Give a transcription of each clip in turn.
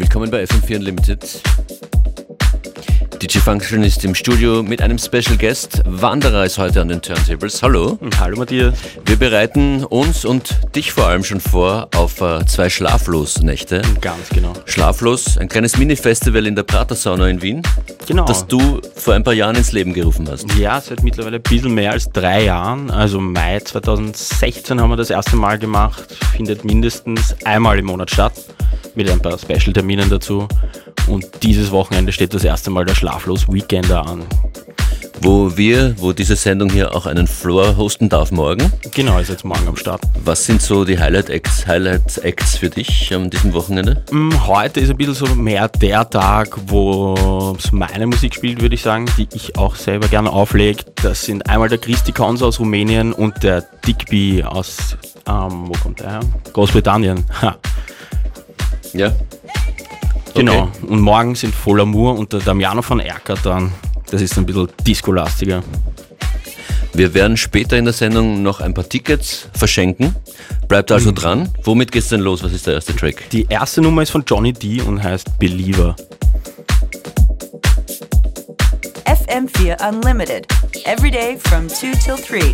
Willkommen bei FM4 Unlimited. DJ Function ist im Studio mit einem Special Guest. Wanderer ist heute an den Turntables. Hallo. Hallo Matthias. Wir bereiten uns und dich vor allem schon vor auf 2 Schlaflos-Nächte. Ganz genau. Schlaflos, ein kleines Mini-Festival in der Pratersauna in Wien. Genau. Das du vor ein paar Jahren ins Leben gerufen hast. Ja, seit mittlerweile ein bisschen mehr als 3 Jahren. Also Mai 2016 haben wir das erste Mal gemacht. Findet mindestens einmal im Monat statt. Mit ein paar Special-Terminen dazu. Und dieses Wochenende steht das erste Mal der Schlaflos-Weekender an. Wo diese Sendung hier auch einen Floor hosten darf morgen. Genau, ist jetzt morgen am Start. Was sind so die Highlight-Acts für dich an diesem Wochenende? Heute ist ein bisschen so mehr der Tag, wo es meine Musik spielt, würde ich sagen, die ich auch selber gerne auflege. Das sind einmal der Christi Konsa aus Rumänien und der Digby aus, wo kommt der her? Großbritannien. Ha. Ja. Genau, Okay. und morgen sind Voll Amour und der Damiano von Erkert dann. Das ist ein bisschen disco-lastiger. Wir werden später in der Sendung noch ein paar Tickets verschenken. Bleibt also dran. Womit geht's denn los? Was ist der erste Track? Die erste Nummer ist von Johnny D und heißt Believer. FM4 Unlimited. Every day from 2 till 3.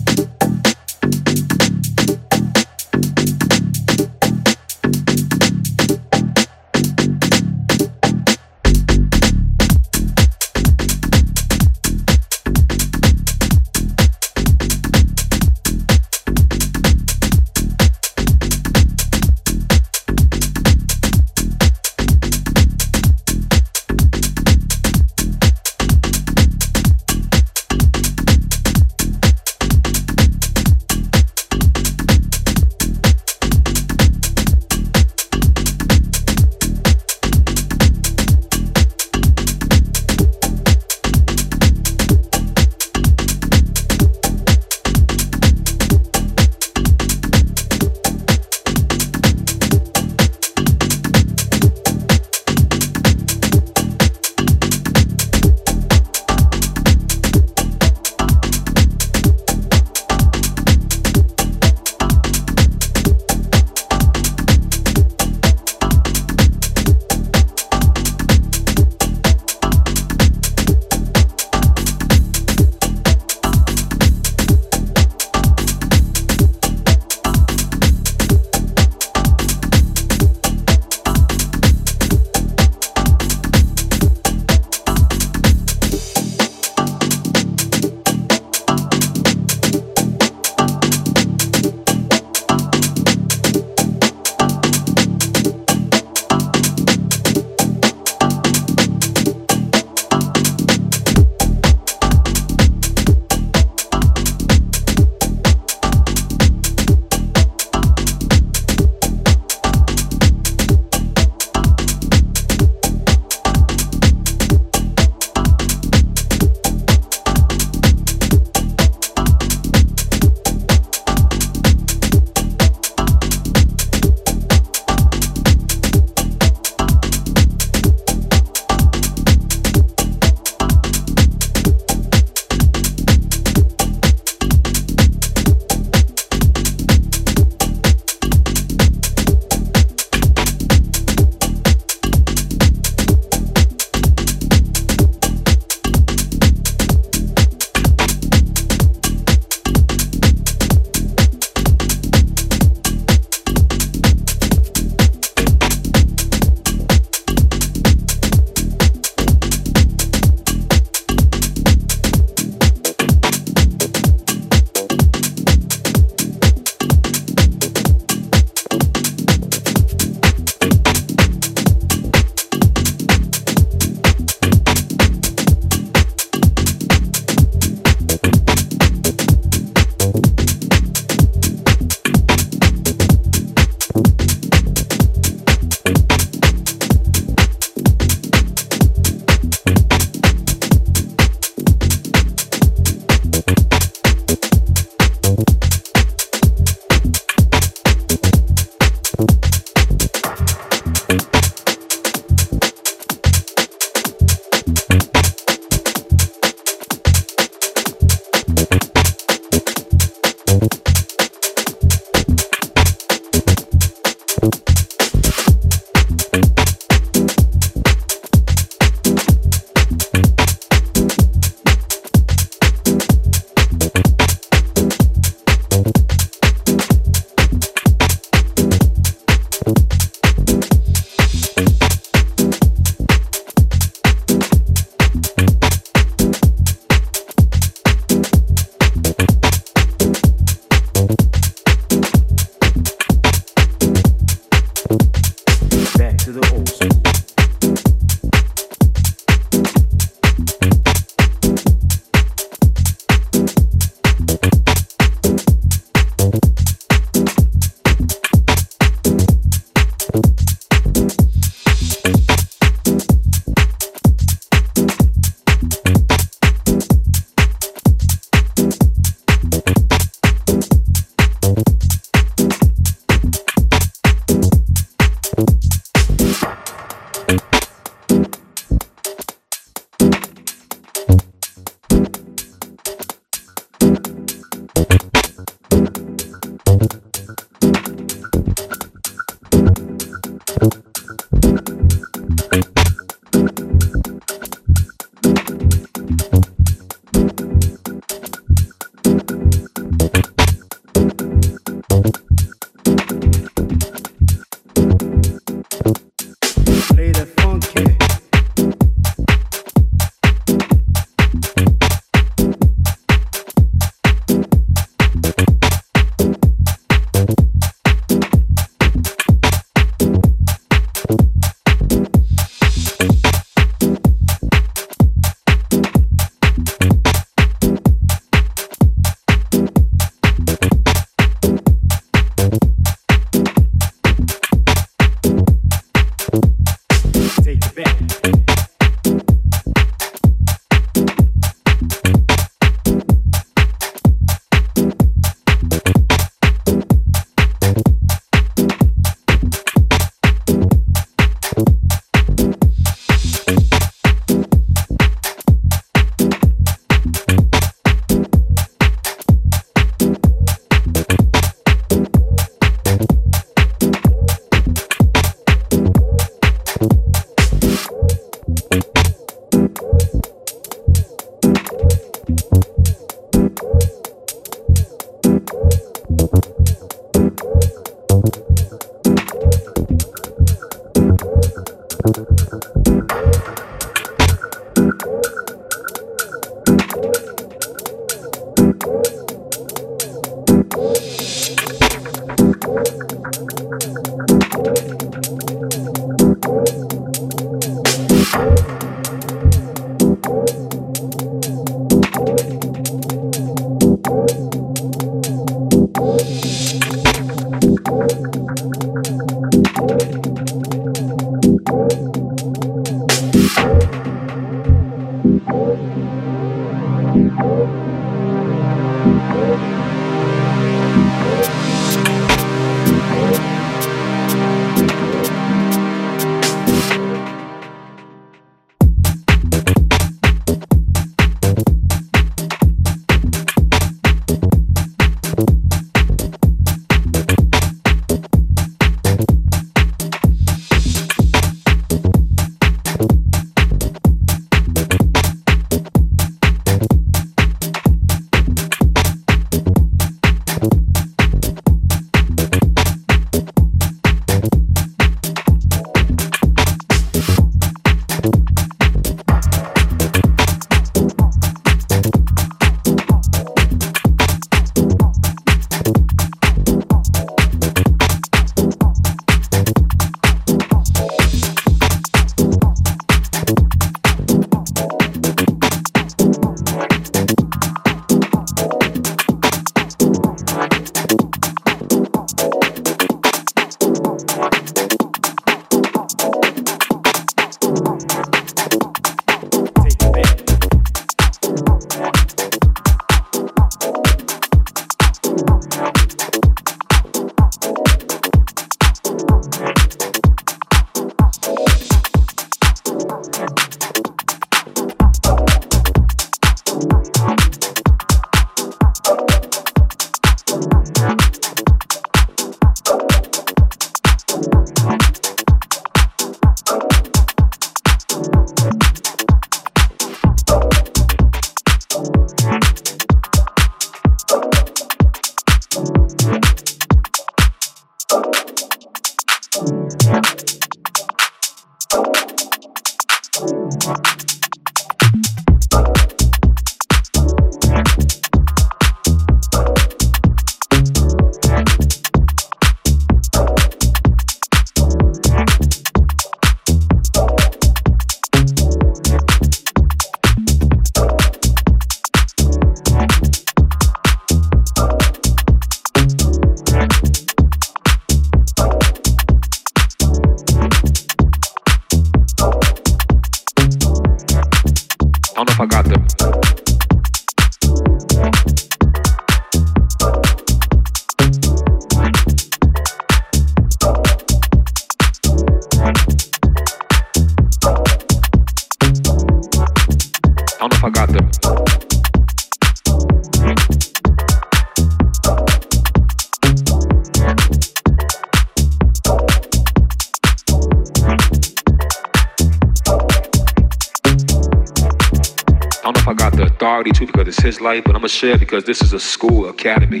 Too, because it's his life, but I'm gonna share it because this is a school academy.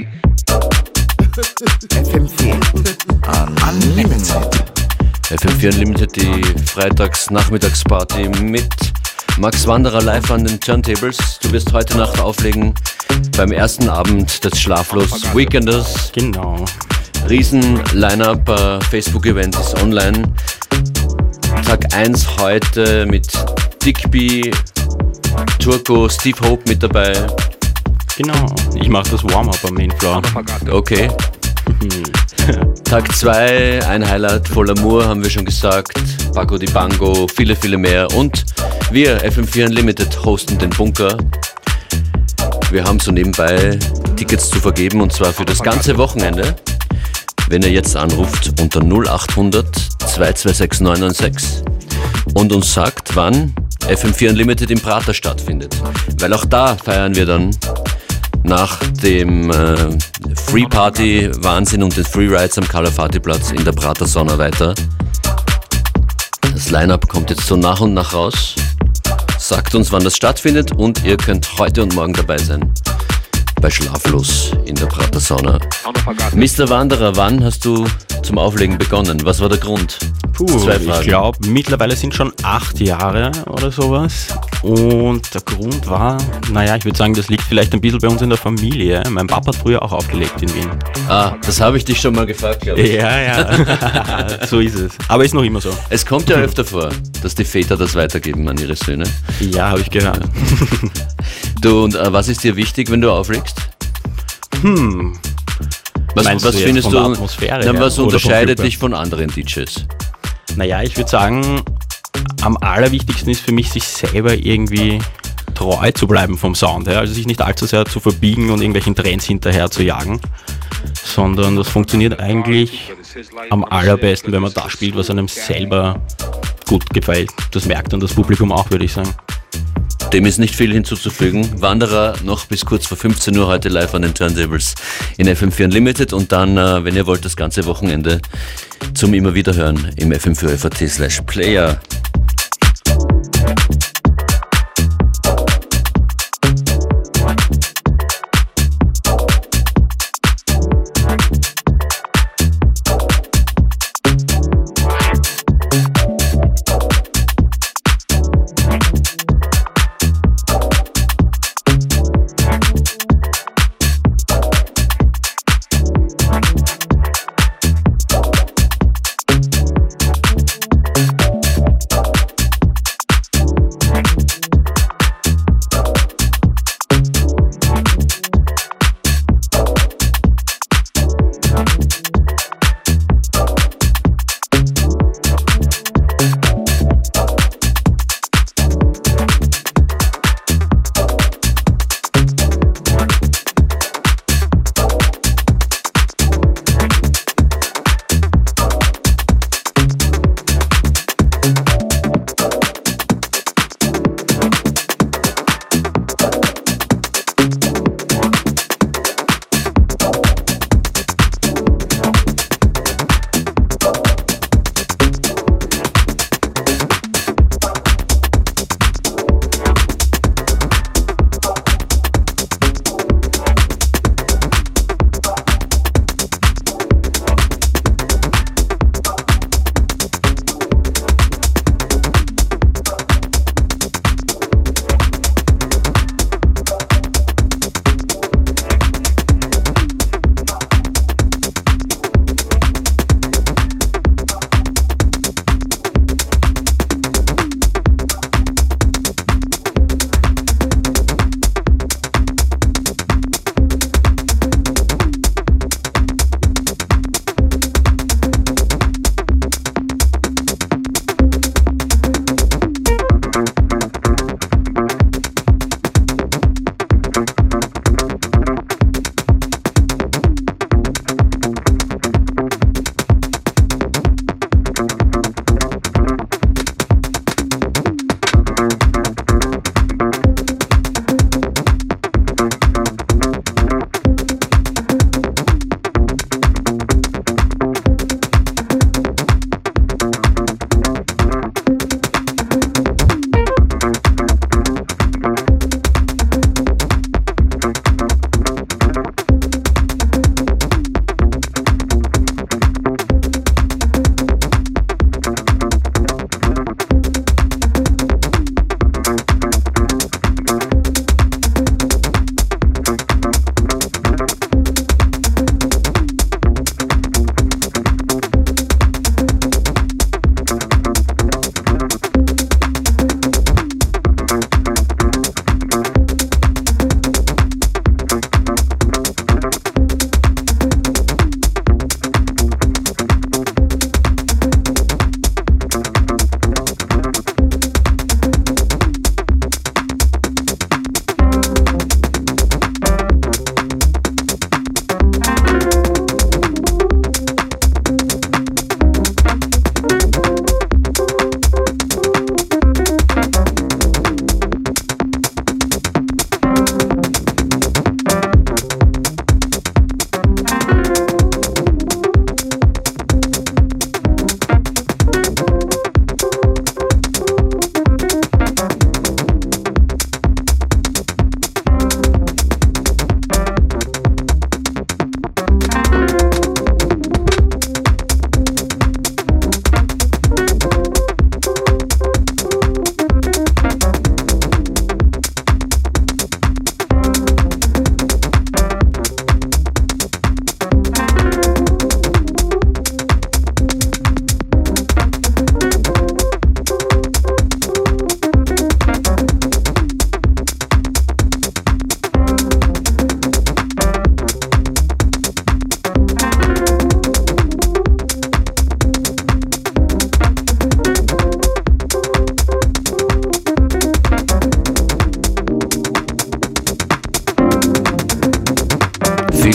FM4 Unlimited. FM4 Unlimited, die Freitags-Nachmittagsparty mit Max Wanderer live an den Turntables. Du wirst heute Nacht auflegen beim ersten Abend des Schlaflos Weekenders. Genau. Riesen-Line-Up, Facebook-Event ist online. Tag 1 heute mit Digby, Turco, Steve Hope mit dabei. Genau, ich mache das Warm-Up am Mainfloor. Okay. Tag 2, ein Highlight voll Amour, haben wir schon gesagt. Paco di Bango, viele, viele mehr. Und wir, FM4 Unlimited, hosten den Bunker. Wir haben so nebenbei Tickets zu vergeben, und zwar für das ganze Wochenende. Wenn ihr jetzt anruft unter 0800 226 996 und uns sagt, wann FM4 Unlimited im Prater stattfindet. Weil auch da feiern wir dann nach dem Free Party Wahnsinn und den Free Rides am Calafati-Platz in der Prater Sauna weiter. Das Line-Up kommt jetzt so nach und nach raus. Sagt uns, wann das stattfindet, und ihr könnt heute und morgen dabei sein bei Schlaflos in der Prater Sauna. Mr. Wanderer, wann hast du zum Auflegen begonnen? Was war der Grund? Ich glaube, mittlerweile sind schon 8 Jahre oder sowas. Und der Grund war, naja, ich würde sagen, das liegt vielleicht ein bisschen bei uns in der Familie. Mein Papa hat früher auch aufgelegt in Wien. Ah, das habe ich dich schon mal gefragt, glaube ich. Ja, so ist es. Aber ist noch immer so. Es kommt ja öfter vor, dass die Väter das weitergeben an ihre Söhne. Ja, habe ich gehört. Du, und was ist dir wichtig, wenn du auflegst? Was findest du, was unterscheidet dich von anderen DJs? Naja, ich würde sagen, am allerwichtigsten ist für mich, sich selber irgendwie treu zu bleiben vom Sound her. Also sich nicht allzu sehr zu verbiegen und irgendwelchen Trends hinterher zu jagen, sondern das funktioniert eigentlich am allerbesten, wenn man das spielt, was einem selber gut gefällt. Das merkt dann das Publikum auch, würde ich sagen. Dem ist nicht viel hinzuzufügen. Wanderer noch bis kurz vor 15 Uhr heute live an den Turntables in FM4 Unlimited, und dann, wenn ihr wollt, das ganze Wochenende zum immer wieder hören im FM4FAT/Player.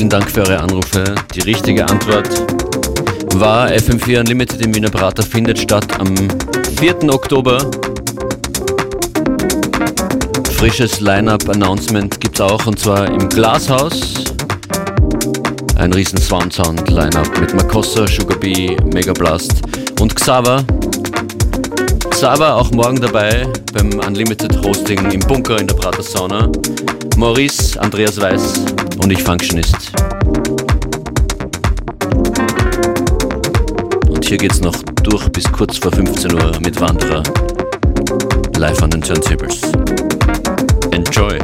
Vielen Dank für eure Anrufe. Die richtige Antwort war FM4 Unlimited im Wiener Prater, findet statt am 4. Oktober. Frisches Line-Up-Announcement gibt's auch, und zwar im Glashaus. Ein riesen Sound-Line-Up mit Makossa, Sugar Bee, Megablast und Xaver. Xaver auch morgen dabei beim Unlimited Hosting im Bunker in der Prater Sauna. Maurice, Andreas Weiß und ich, Functionist. Und hier geht's noch durch bis kurz vor 15 Uhr mit Wanderer live an den Turntables. Enjoy!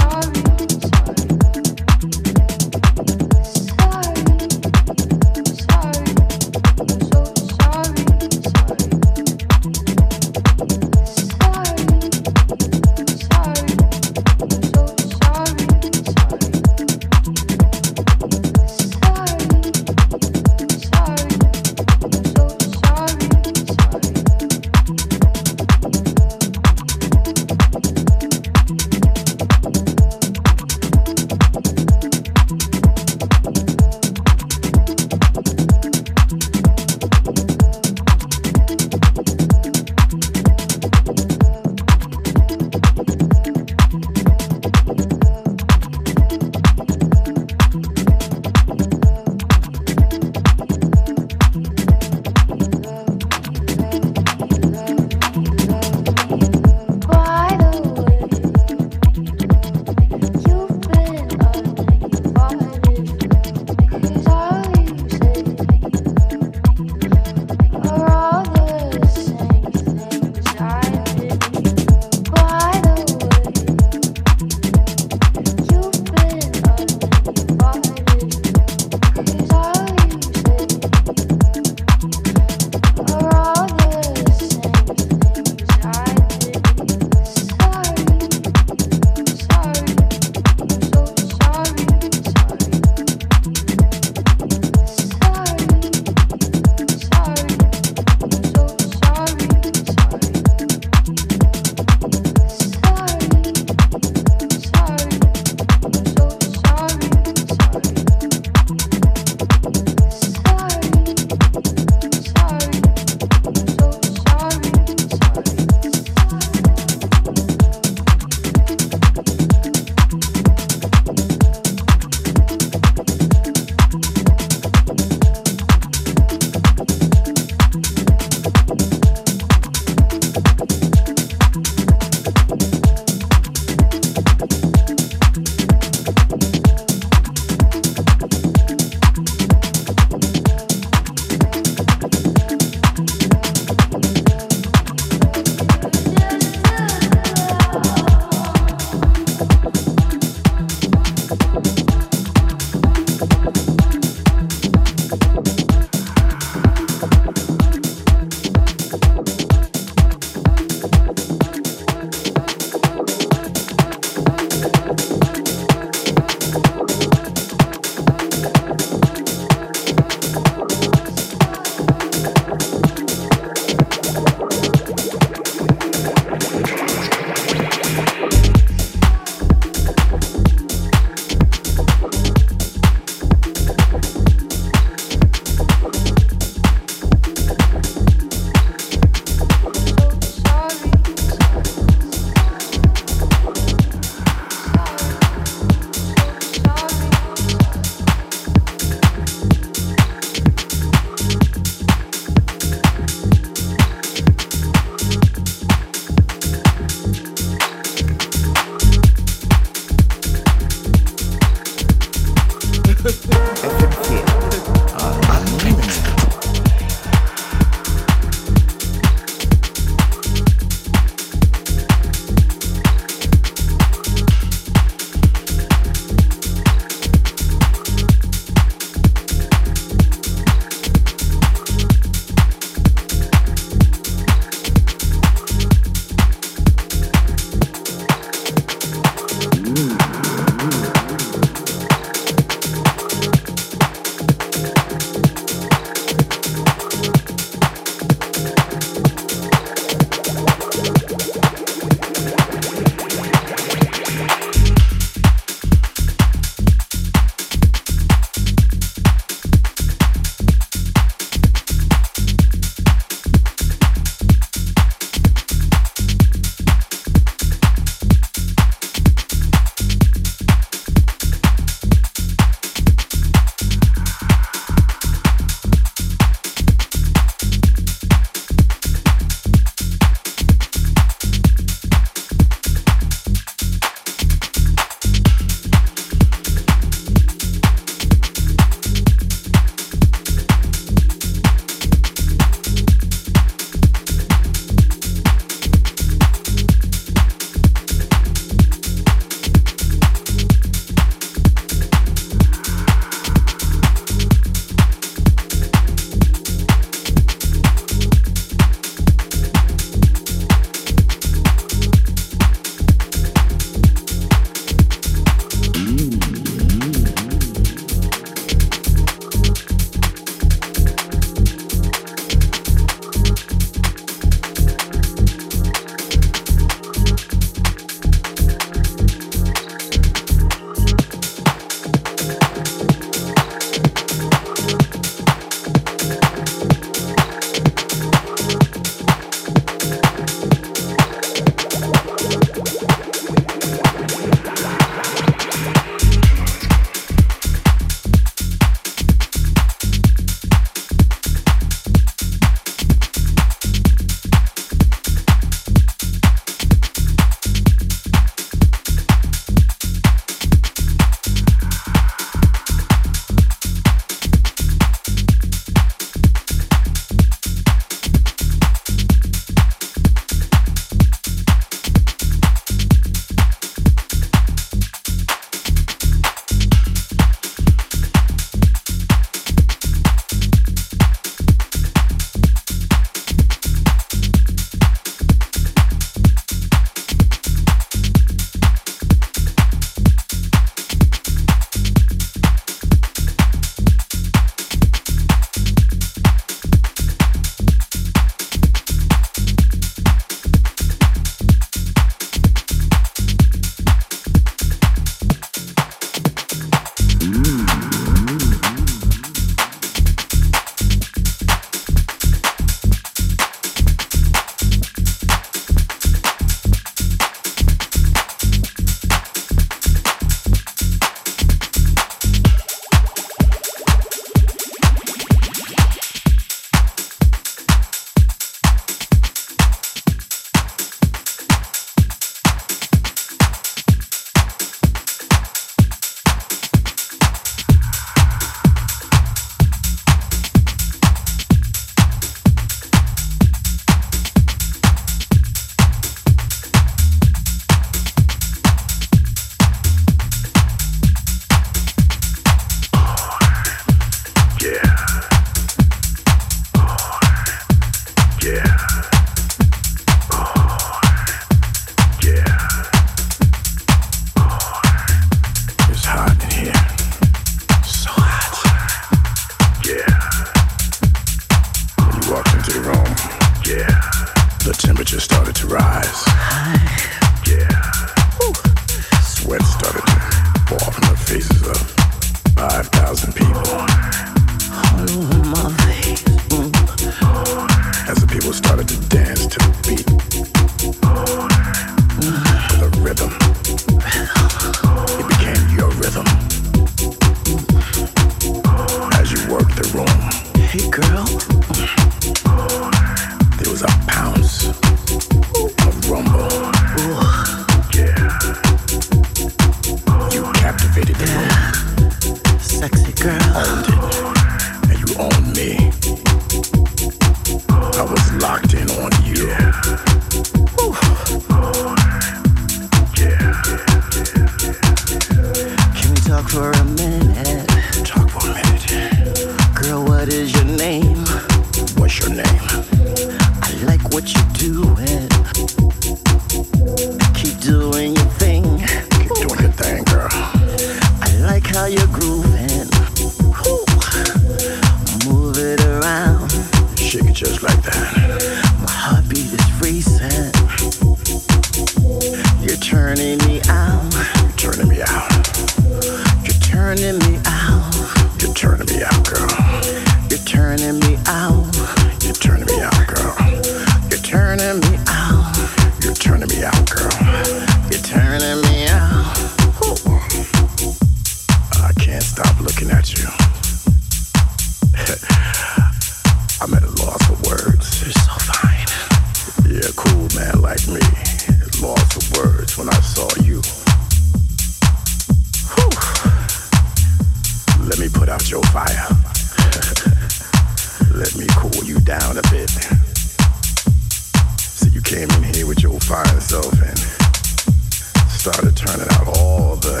myself and started turning out all the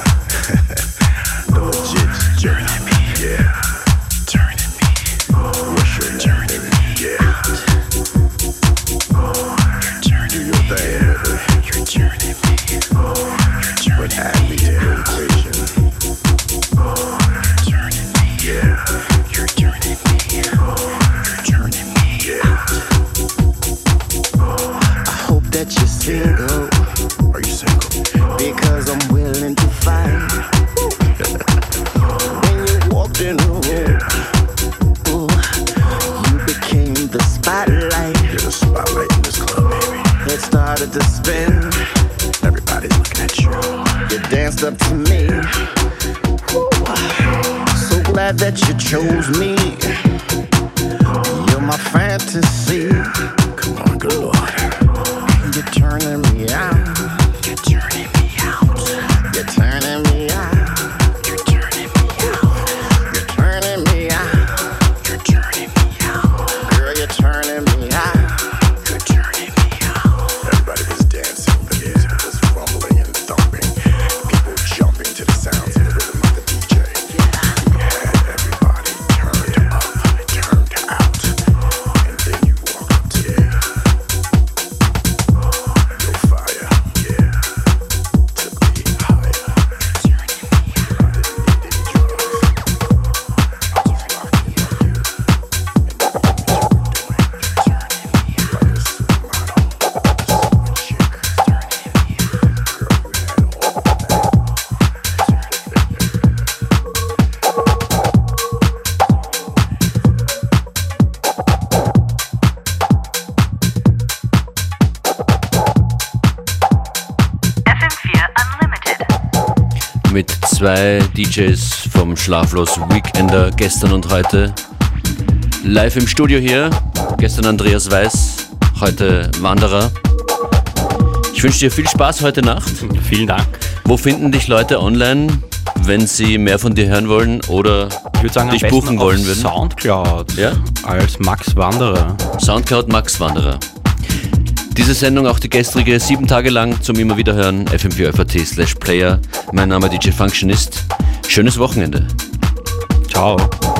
legit journey. Yeah. Turning me. What's your name? Turning me. Yeah. Do your thing, baby. You're turning me. But add me to the equation. You're turning me. Yeah. You're turning me. You're turning me. Yeah. I hope that you're single. Are you single? Because I'm willing to fight. When you walked in the room, ooh, you became the spotlight. You're the spotlight in this club, baby. It started to spin. Everybody's looking at you. You danced up to me. Ooh, so glad that you chose me. You're my fantasy. Come on, good Lord. You're turning me out. You're turning me out. You're turning me out. You're turning me out. You're turning me out. You're turning me out. Girl, you're turning me out. You're turning me out. Everybody was dancing, the music was rumbling and thumping. People jumping to the sounds of the rhythm of the DJ. We had everybody turned up, turned out. And then you walk up to me. Your fire, yeah, took me higher. I didn't need any drugs. I was rocking on you. And everything that you were doing, turning me like a supermodel, a chick, turning me. Girl, you had all of that. FM4 Unlimited. Mit zwei DJs vom Schlaflos Weekender gestern und heute. Live im Studio hier. Gestern Andreas Weiß, heute Wanderer. Ich wünsche dir viel Spaß heute Nacht. Vielen Dank. Wo finden dich Leute online, wenn sie mehr von dir hören wollen oder Ich würde sagen, dich am besten buchen auf wollen würden? Soundcloud Ja? als Max Wanderer. Soundcloud Max Wanderer. Diese Sendung, auch die gestrige, 7 Tage lang zum immer wieder hören. FM4FAT/Player. Mein Name DJ Functionist. Schönes Wochenende. Ciao.